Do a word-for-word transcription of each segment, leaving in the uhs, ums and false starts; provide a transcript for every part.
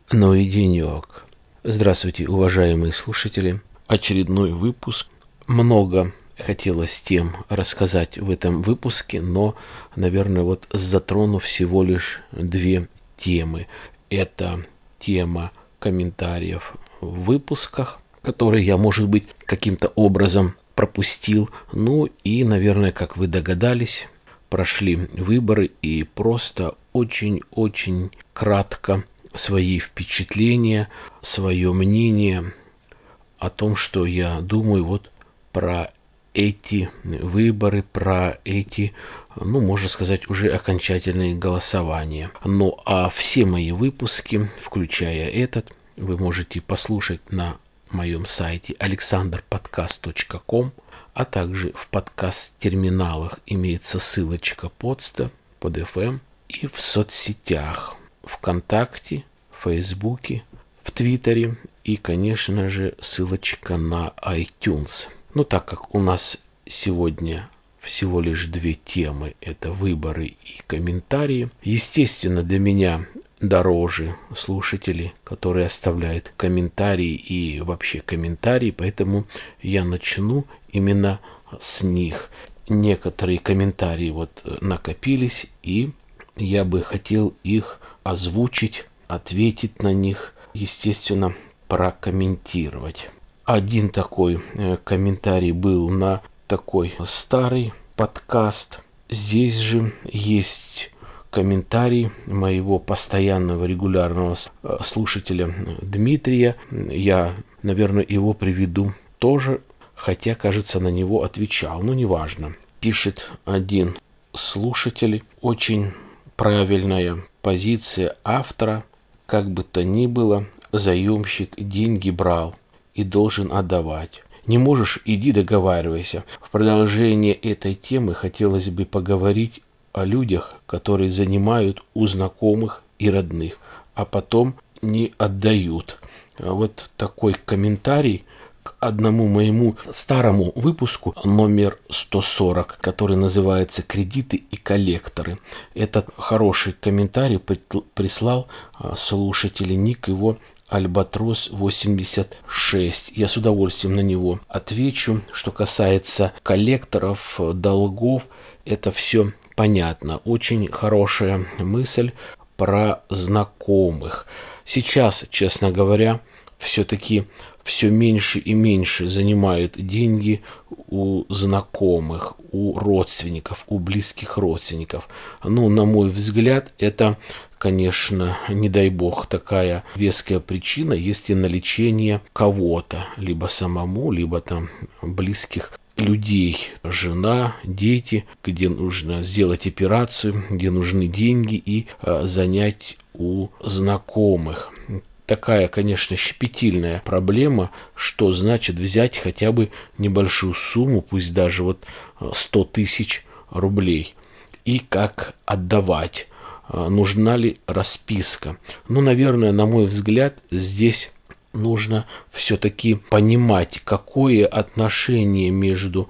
Ну и денек. Здравствуйте, уважаемые слушатели. Очередной выпуск. Много хотелось тем рассказать в этом выпуске, но, наверное, вот затрону всего лишь две темы. Это тема комментариев в выпусках, которые я, может быть, каким-то образом пропустил. Ну и, наверное, как вы догадались, прошли выборы, и просто очень-очень кратко свои впечатления, свое мнение о том, что я думаю вот про эти выборы, про эти, ну, можно сказать, уже окончательные голосования. Ну, а все мои выпуски, включая этот, вы можете послушать на моем сайте александр подкаст точка ком, а также в подкаст-терминалах имеется ссылочка подста, под эф эм и в соцсетях. ВКонтакте, в Фейсбуке, в Твиттере и, конечно же, ссылочка на iTunes. Но так как у нас сегодня всего лишь две темы, это выборы и комментарии, естественно, для меня дороже слушатели, которые оставляют комментарии и вообще комментарии, поэтому я начну именно с них. Некоторые комментарии вот накопились, и я бы хотел их озвучить, ответить на них, естественно, прокомментировать. Один такой э, комментарий был на такой старый подкаст. Здесь же есть комментарий моего постоянного регулярного слушателя Дмитрия. Я, наверное, его приведу тоже, хотя, кажется, на него отвечал, но неважно. Пишет один слушатель: очень правильная позиция автора. Как бы то ни было, заемщик деньги брал и должен отдавать. Не можешь — иди договаривайся. В продолжение этой темы хотелось бы поговорить о людях, которые занимают у знакомых и родных, а потом не отдают. Вот такой комментарий к одному моему старому выпуску, номер сто сорок, который называется «Кредиты и коллекторы». Этот хороший комментарий прислал слушатель, ник его Альбатрос восемьдесят шесть. Я с удовольствием на него отвечу. Что касается коллекторов, долгов, это все понятно. Очень хорошая мысль про знакомых. Сейчас, честно говоря, все-таки все меньше и меньше занимают деньги у знакомых, у родственников, у близких родственников. Ну, на мой взгляд, это, конечно, не дай бог, такая веская причина, если на лечение кого-то, либо самому, либо там близких людей, жена, дети, где нужно сделать операцию, где нужны деньги, и а, занять у знакомых. Такая, конечно, щепетильная проблема, что значит взять хотя бы небольшую сумму, пусть даже вот сто тысяч рублей, и как отдавать. Нужна ли расписка? Ну, наверное, на мой взгляд, здесь нужно все-таки понимать, какое отношение между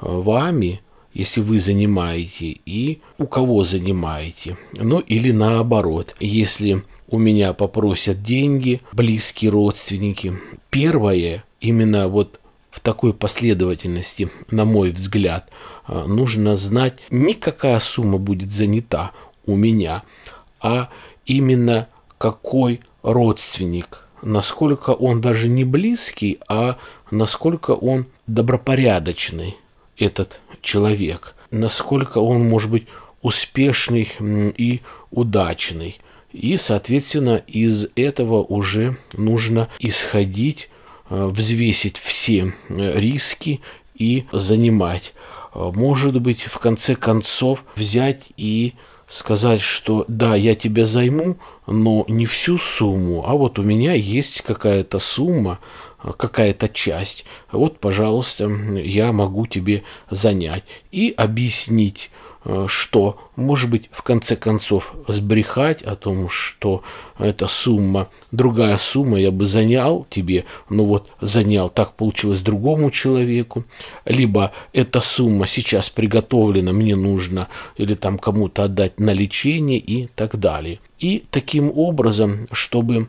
вами, если вы занимаете, и у кого занимаете. Ну, или наоборот, если у меня попросят деньги близкие родственники, первое, именно вот в такой последовательности, на мой взгляд, нужно знать, не какая сумма будет занята у меня, а именно какой родственник, насколько он даже не близкий, а насколько он добропорядочный, этот человек, насколько он может быть успешный и удачный. И, соответственно, из этого уже нужно исходить, взвесить все риски и занимать. Может быть, в конце концов, взять и сказать, что да, я тебя займу, но не всю сумму, а вот у меня есть какая-то сумма, какая-то часть. Вот, пожалуйста, я могу тебе занять. И объяснить, что, может быть, в конце концов сбрехать о том, что эта сумма, другая сумма я бы занял тебе, но вот занял, так получилось другому человеку, либо эта сумма сейчас приготовлена, мне нужно или там кому-то отдать на лечение и так далее. И таким образом, чтобы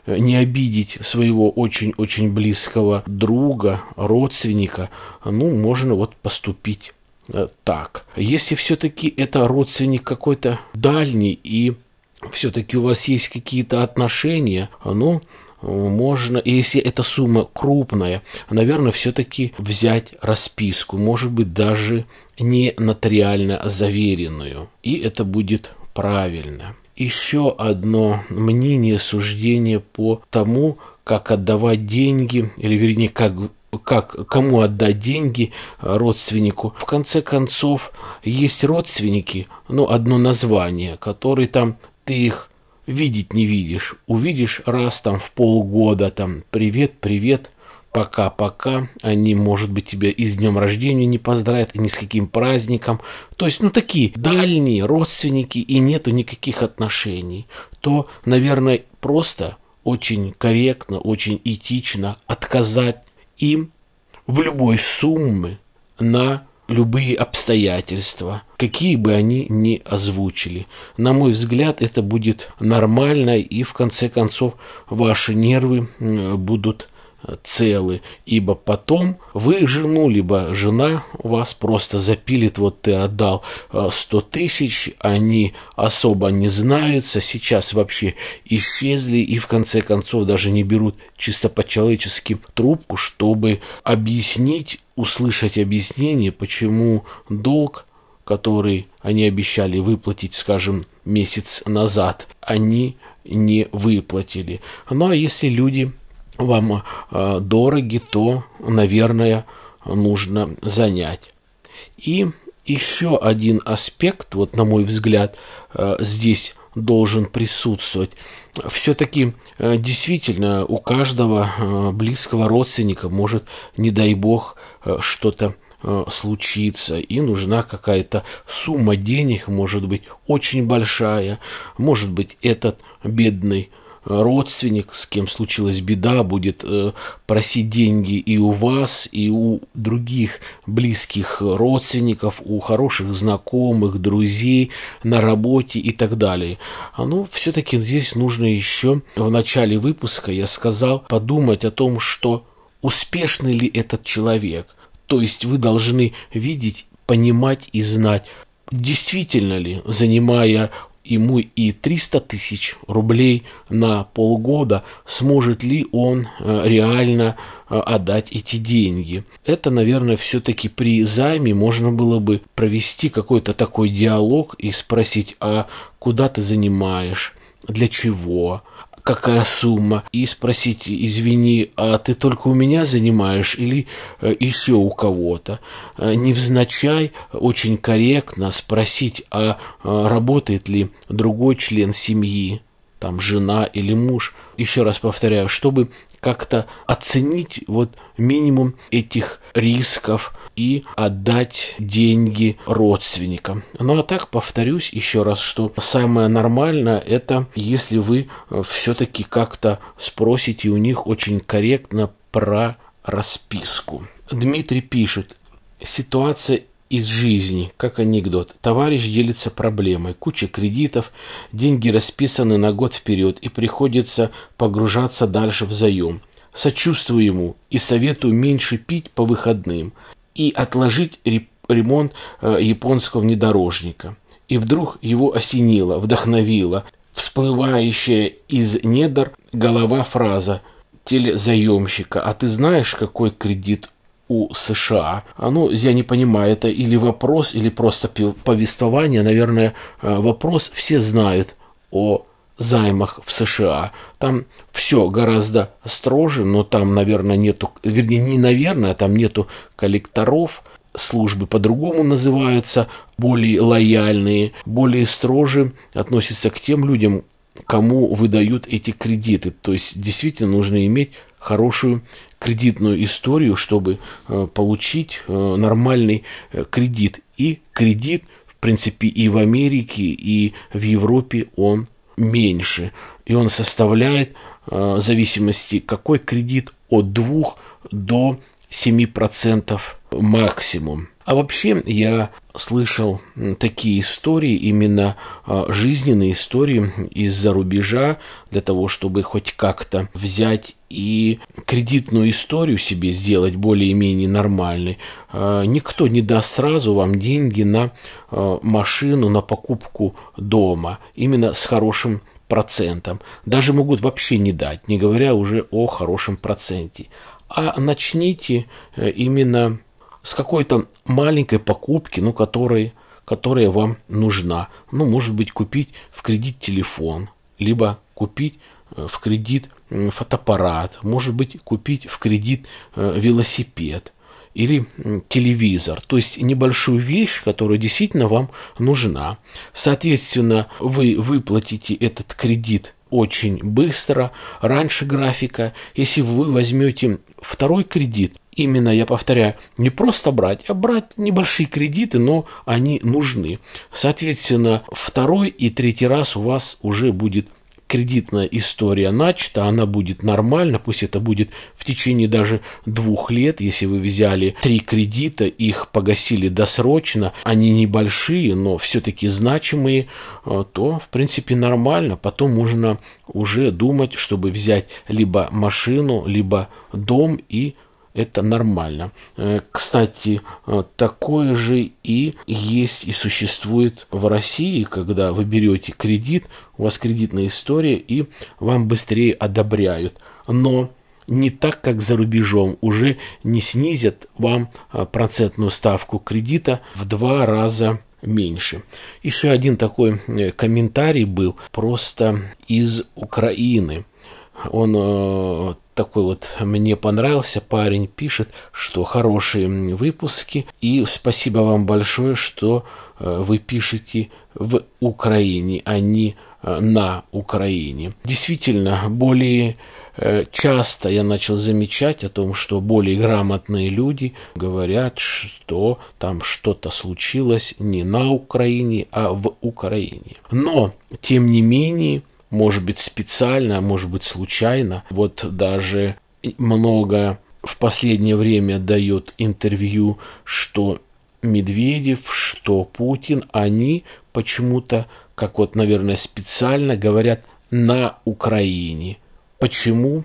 не обидеть своего очень-очень близкого друга, родственника, ну, можно вот поступить так. Если все-таки это родственник какой-то дальний и все-таки у вас есть какие-то отношения, ну, можно, если эта сумма крупная, наверное, все-таки взять расписку, может быть, даже не нотариально заверенную, и это будет правильно. Еще одно мнение, суждение по тому, как отдавать деньги, или вернее, как как, кому отдать деньги родственнику. В конце концов, есть родственники, ну, одно название, которые там, ты их видеть не видишь. Увидишь раз там в полгода, там, привет, привет, пока-пока. Они, может быть, тебя и с днем рождения не поздравят, и ни с каким праздником. То есть, ну, такие дальние родственники, и нету никаких отношений. То, наверное, просто очень корректно, очень этично отказать им в любой сумме на любые обстоятельства, какие бы они ни озвучили. На мой взгляд, это будет нормально, и в конце концов ваши нервы будут целы, ибо потом вы жену, либо жена вас просто запилит, вот ты отдал сто тысяч, они особо не знаются, сейчас вообще исчезли, и в конце концов даже не берут чисто по-человечески трубку, чтобы объяснить, услышать объяснение, почему долг, который они обещали выплатить, скажем, месяц назад, они не выплатили. Ну а если люди вам э, дороги, то, наверное, нужно занять. И еще один аспект, вот на мой взгляд, э, здесь должен присутствовать. Все-таки э, действительно у каждого э, близкого родственника может, не дай бог, э, что-то э, случиться, и нужна какая-то сумма денег, может быть, очень большая, может быть, этот бедный родственник, с кем случилась беда, будет э, просить деньги и у вас, и у других близких родственников, у хороших знакомых, друзей, на работе и так далее. Но все-таки здесь нужно еще, в начале выпуска я сказал, подумать о том, что успешный ли этот человек. То есть вы должны видеть, понимать и знать, действительно ли, занимая ему и триста тысяч рублей на полгода, сможет ли он реально отдать эти деньги. Это, наверное, все-таки при займе можно было бы провести какой-то такой диалог и спросить, а куда ты занимаешь, для чего, какая сумма, и спросить, извини, а ты только у меня занимаешь или еще у кого-то. Невзначай, очень корректно спросить, а работает ли другой член семьи, там жена или муж. Еще раз повторяю, чтобы как-то оценить вот минимум этих рисков и отдать деньги родственникам. Ну а так повторюсь еще раз, что самое нормальное это если вы все-таки как-то спросите у них очень корректно про расписку. Дмитрий пишет: ситуация из жизни, как анекдот. Товарищ делится проблемой, куча кредитов, деньги расписаны на год вперед и приходится погружаться дальше в заем. Сочувствую ему и советую меньше пить по выходным и отложить ремонт э, японского внедорожника. И вдруг его осенило, вдохновило всплывающая из недр голова фраза телезаемщика: а ты знаешь, какой кредит у США? А ну, я не понимаю, это или вопрос, или просто повествование. Наверное, вопрос. Все знают о займах в США. Там все гораздо строже, но там, наверное, нету, вернее, не наверное, там нету коллекторов, службы по-другому называются, более лояльные, более строже относятся к тем людям, кому выдают эти кредиты. То есть действительно нужно иметь хорошую кредитную историю, чтобы э, получить э, нормальный э, кредит. И кредит, в принципе, и в Америке, и в Европе он меньше. И он составляет, э, в зависимости какой кредит, от двух до семи процентов максимум. А вообще я слышал такие истории, именно жизненные истории из-за рубежа, для того, чтобы хоть как-то взять и кредитную историю себе сделать более-менее нормальной. Никто не даст сразу вам деньги на машину, на покупку дома, именно с хорошим процентом. Даже могут вообще не дать, не говоря уже о хорошем проценте. А начните именно с какой-то маленькой покупки, ну, которой, которая вам нужна. Ну, может быть, купить в кредит телефон, либо купить в кредит фотоаппарат, может быть, купить в кредит велосипед или телевизор. То есть небольшую вещь, которая действительно вам нужна. Соответственно, вы выплатите этот кредит очень быстро, раньше графика. Если вы возьмете второй кредит, именно, я повторяю, не просто брать, а брать небольшие кредиты, но они нужны. Соответственно, второй и третий раз у вас уже будет кредитная история начата, она будет нормально, пусть это будет в течение даже двух лет, если вы взяли три кредита, их погасили досрочно, они небольшие, но все-таки значимые, то, в принципе, нормально. Потом можно уже думать, чтобы взять либо машину, либо дом, и это нормально. Кстати, такое же и есть и существует в России, когда вы берете кредит, у вас кредитная история, и вам быстрее одобряют. Но не так, как за рубежом, уже не снизят вам процентную ставку кредита в два раза меньше. Еще один такой комментарий был просто из Украины. Он э, такой вот мне понравился, парень пишет, что хорошие выпуски, и спасибо вам большое, что э, вы пишете в Украине, а не э, на Украине. Действительно, более э, часто я начал замечать о том, что более грамотные люди говорят, что там что-то случилось не на Украине, а в Украине. Но, тем не менее, может быть специально, может быть случайно. Вот даже много в последнее время дает интервью, что Медведев, что Путин, они почему-то, как вот, наверное, специально говорят на Украине. Почему?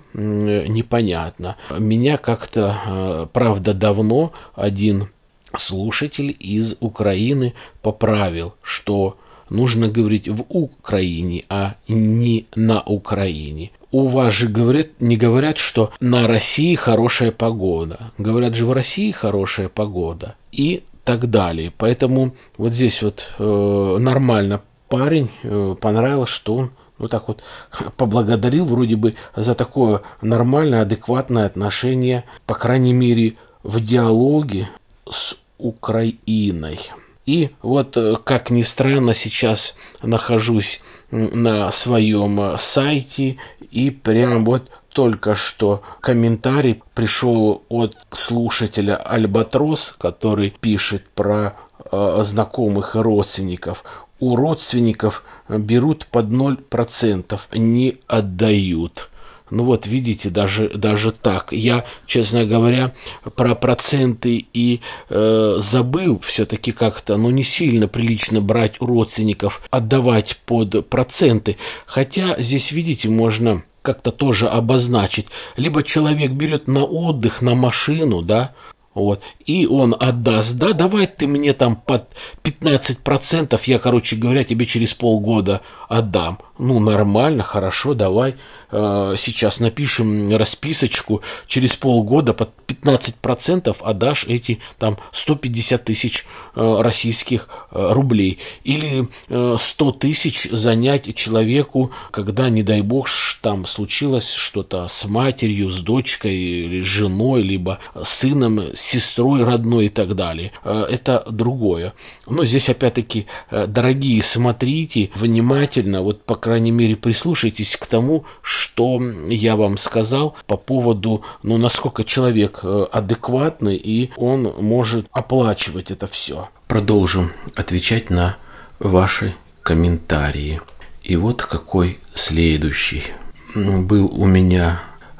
Непонятно. Меня как-то, правда, давно один слушатель из Украины поправил, что нужно говорить в Украине, а не на Украине. У вас же говорят, не говорят, что на России хорошая погода. Говорят же, в России хорошая погода. И так далее. Поэтому вот здесь вот э, нормально парень, э, понравилось, что он ну так вот поблагодарил вроде бы за такое нормальное, адекватное отношение, по крайней мере, в диалоге с Украиной. И вот, как ни странно, сейчас нахожусь на своем сайте, и прям вот только что комментарий пришел от слушателя Альбатрос, который пишет про э, знакомых и родственников. У родственников берут под ноль процентов, не отдают. Ну вот, видите, даже, даже так. Я, честно говоря, про проценты и э, забыл все-таки как-то, ну не сильно прилично брать у родственников, отдавать под проценты. Хотя здесь, видите, можно как-то тоже обозначить. Либо человек берет на отдых, на машину, да, вот, и он отдаст, да, давай ты мне там под пятнадцать процентов, я, короче говоря, тебе через полгода отдам. Ну, нормально, хорошо, давай э, сейчас напишем расписочку, через полгода под пятнадцать процентов отдашь эти там сто пятьдесят тысяч э, российских э, рублей. Или э, сто тысяч занять человеку, когда, не дай бог, там случилось что-то с матерью, с дочкой, или с женой, либо с сыном, с сестрой родной и так далее. Э, это другое. Но здесь опять-таки, э, дорогие, смотрите внимательно, вот по крайней мере прислушайтесь к тому, что я вам сказал по поводу, ну, насколько человек адекватный, и он может оплачивать это все. Продолжу отвечать на ваши комментарии. И вот какой следующий. Был у меня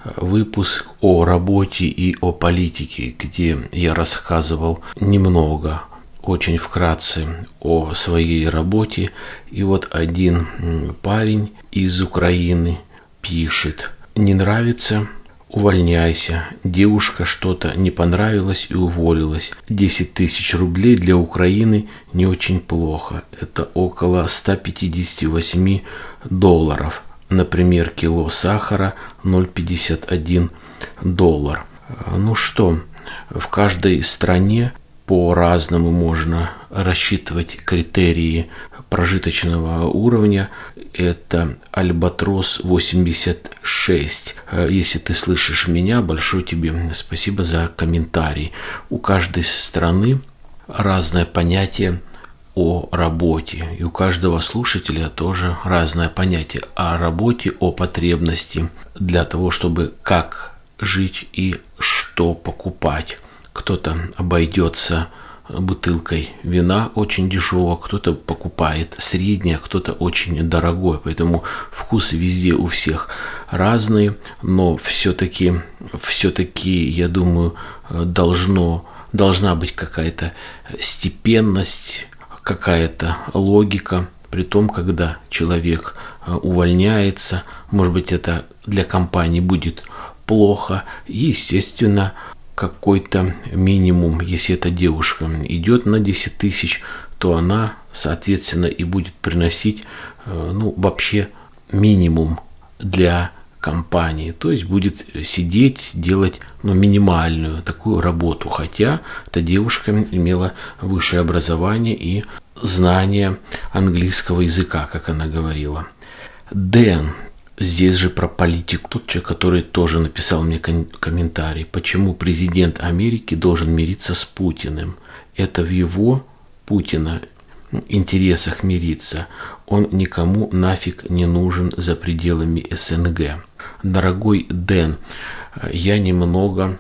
выпуск о работе и о политике, где я рассказывал немного, очень вкратце о своей работе. И вот один парень из Украины пишет: «Не нравится? Увольняйся. Девушка что-то не понравилось и уволилась. десять тысяч рублей для Украины не очень плохо. Это около сто пятьдесят восемь долларов. Например, кило сахара ноль целых пятьдесят один доллар». Ну что, в каждой стране по-разному можно рассчитывать критерии прожиточного уровня. Это Альбатрос восемьдесят шесть. Если ты слышишь меня, большое тебе спасибо за комментарий. У каждой страны разное понятие о работе, и у каждого слушателя тоже разное понятие о работе, о потребности для того, чтобы как жить и что покупать. Кто-то обойдется бутылкой вина очень дешевого, кто-то покупает среднее, кто-то очень дорогое. Поэтому вкусы везде у всех разные, но все-таки, все-таки, я думаю, должно, должна быть какая-то степенность, какая-то логика. При том, когда человек увольняется, может быть, это для компании будет плохо, и, естественно, какой-то минимум. Если эта девушка идет на десять тысяч, то она, соответственно, и будет приносить, ну, вообще минимум для компании. То есть будет сидеть, делать, ну, минимальную такую работу. Хотя эта девушка имела высшее образование и знание английского языка, как она говорила. Дэн. Здесь же про политику. Тот человек, который тоже написал мне комментарий. Почему президент Америки должен мириться с Путиным? Это в его, Путина, интересах мириться. Он никому нафиг не нужен за пределами СНГ. Дорогой Дэн, я немного,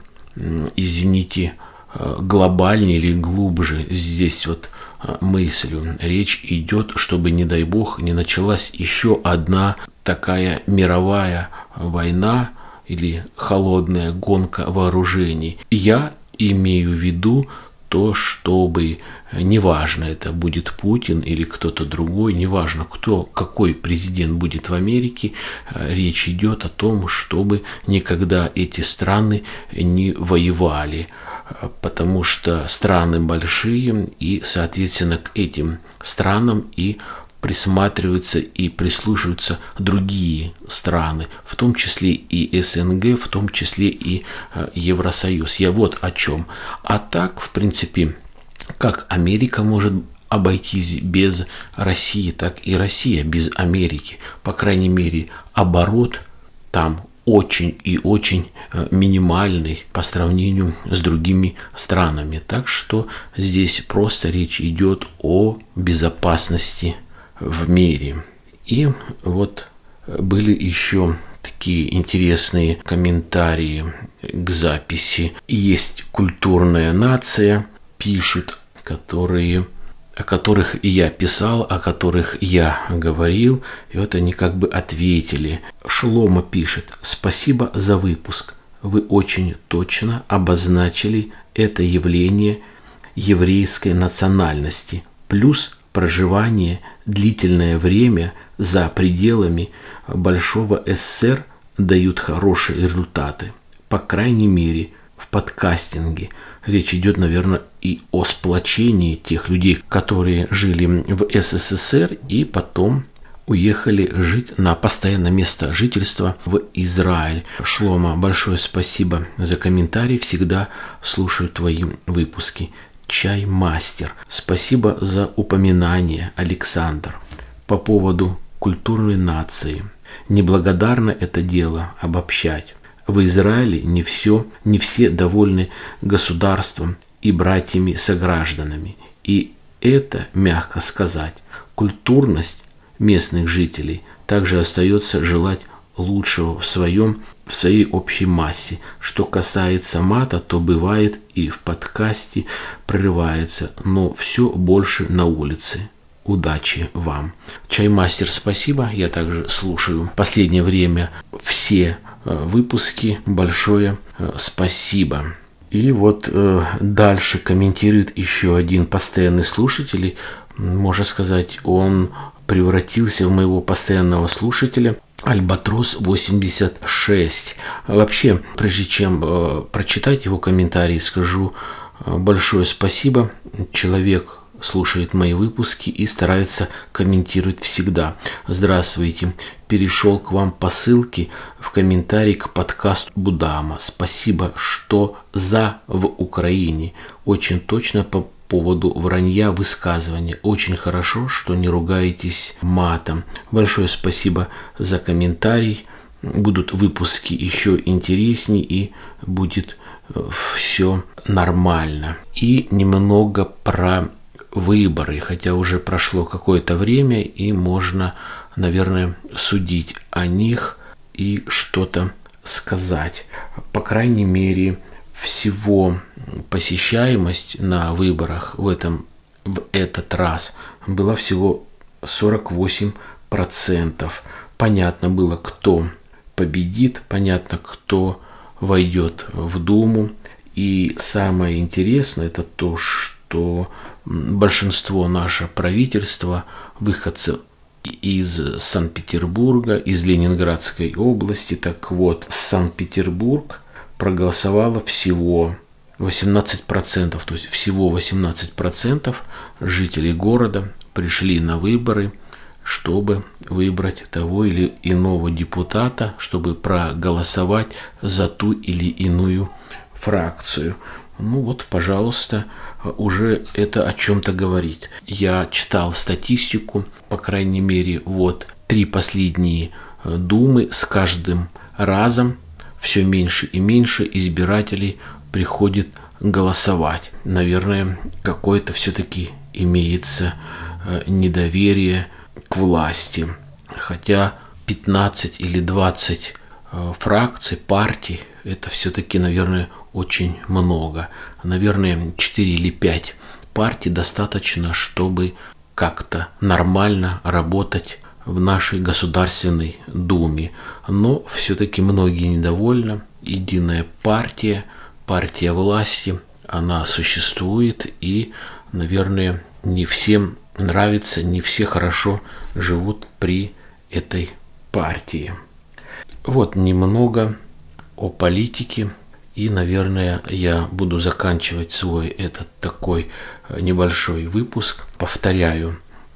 извините, глобальнее или глубже здесь вот мыслью. Речь идет, чтобы, не дай бог, не началась еще одна такая мировая война или холодная гонка вооружений. Я имею в виду то, чтобы, неважно, это будет Путин или кто-то другой, неважно, кто, какой президент будет в Америке, речь идет о том, чтобы никогда эти страны не воевали, потому что страны большие, и, соответственно, к этим странам и присматриваются и прислушиваются другие страны, в том числе и СНГ, в том числе и Евросоюз. Я вот о чем. А так, в принципе, как Америка может обойтись без России, так и Россия без Америки. По крайней мере, оборот там очень и очень минимальный по сравнению с другими странами. Так что здесь просто речь идет о безопасности в мире. И вот были еще такие интересные комментарии к записи. Есть культурная нация, пишут, которые, о которых и я писал, о которых я говорил, и вот они как бы ответили. Шлома пишет: спасибо за выпуск. Вы очень точно обозначили это явление еврейской национальности, плюс проживание длительное время за пределами Большого СССР дают хорошие результаты. По крайней мере, в подкастинге. Речь идет, наверное, и о сплочении тех людей, которые жили в СССР и потом уехали жить на постоянное место жительства в Израиль. Шлома, большое спасибо за комментарий. Всегда слушаю твои выпуски. Чаймастер. Спасибо за упоминание, Александр. По поводу культурной нации. Неблагодарно это дело обобщать. В Израиле не все, не все довольны государством и братьями-согражданами. И это, мягко сказать, культурность местных жителей также остается желать лучшего в своем, в своей общей массе. Что касается мата, то бывает и в подкасте прорывается, но все больше на улице. Удачи вам. Чаймастер, спасибо. Я также слушаю в последнее время все выпуски. Большое спасибо. И вот э, дальше комментирует еще один постоянный слушатель. Можно сказать, он превратился в моего постоянного слушателя. Альбатрос восемьдесят шесть. Вообще, прежде чем э, прочитать его комментарий, скажу э, большое спасибо. Человек слушает мои выпуски и старается комментировать всегда. Здравствуйте. Перешел к вам по ссылке в комментарий к подкасту Будама. Спасибо, что за в Украине. Очень точно по поводу вранья высказывания. Очень хорошо, что не ругаетесь матом. Большое спасибо за комментарий. Будут выпуски еще интереснее и будет все нормально. И немного про выборы, хотя уже прошло какое-то время и можно, наверное, судить о них и что-то сказать. По крайней мере, всего посещаемость на выборах в этом в этот раз была всего сорок восемь процентов. Понятно было, кто победит, понятно, кто войдет в Думу. И самое интересное это то, что большинство наше правительство, выходцы из Санкт-Петербурга, из Ленинградской области. Так вот, Санкт-Петербург проголосовало всего восемнадцать процентов, то есть всего восемнадцать процентов жителей города пришли на выборы, чтобы выбрать того или иного депутата, чтобы проголосовать за ту или иную фракцию. Ну вот, пожалуйста, уже это о чем-то говорит. Я читал статистику, по крайней мере, вот три последние думы, с каждым разом все меньше и меньше избирателей приходит голосовать. Наверное, какое-то все-таки имеется недоверие к власти. Хотя пятнадцать или двадцать фракций, партий, это все-таки, наверное, очень много. Наверное, четыре или пять партий достаточно, чтобы как-то нормально работать в нашей Государственной Думе. Но все-таки многие недовольны. Единая партия, партия власти, она существует, и, наверное, не всем нравится, не все хорошо живут при этой партии. Вот немного о политике. И, наверное, я буду заканчивать свой этот такой небольшой выпуск. Повторяю,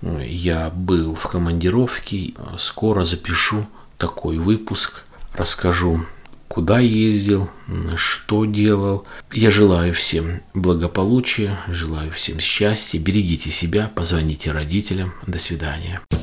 я был в командировке. Скоро запишу такой выпуск. Расскажу, куда ездил, что делал. Я желаю всем благополучия, желаю всем счастья. Берегите себя, позвоните родителям. До свидания.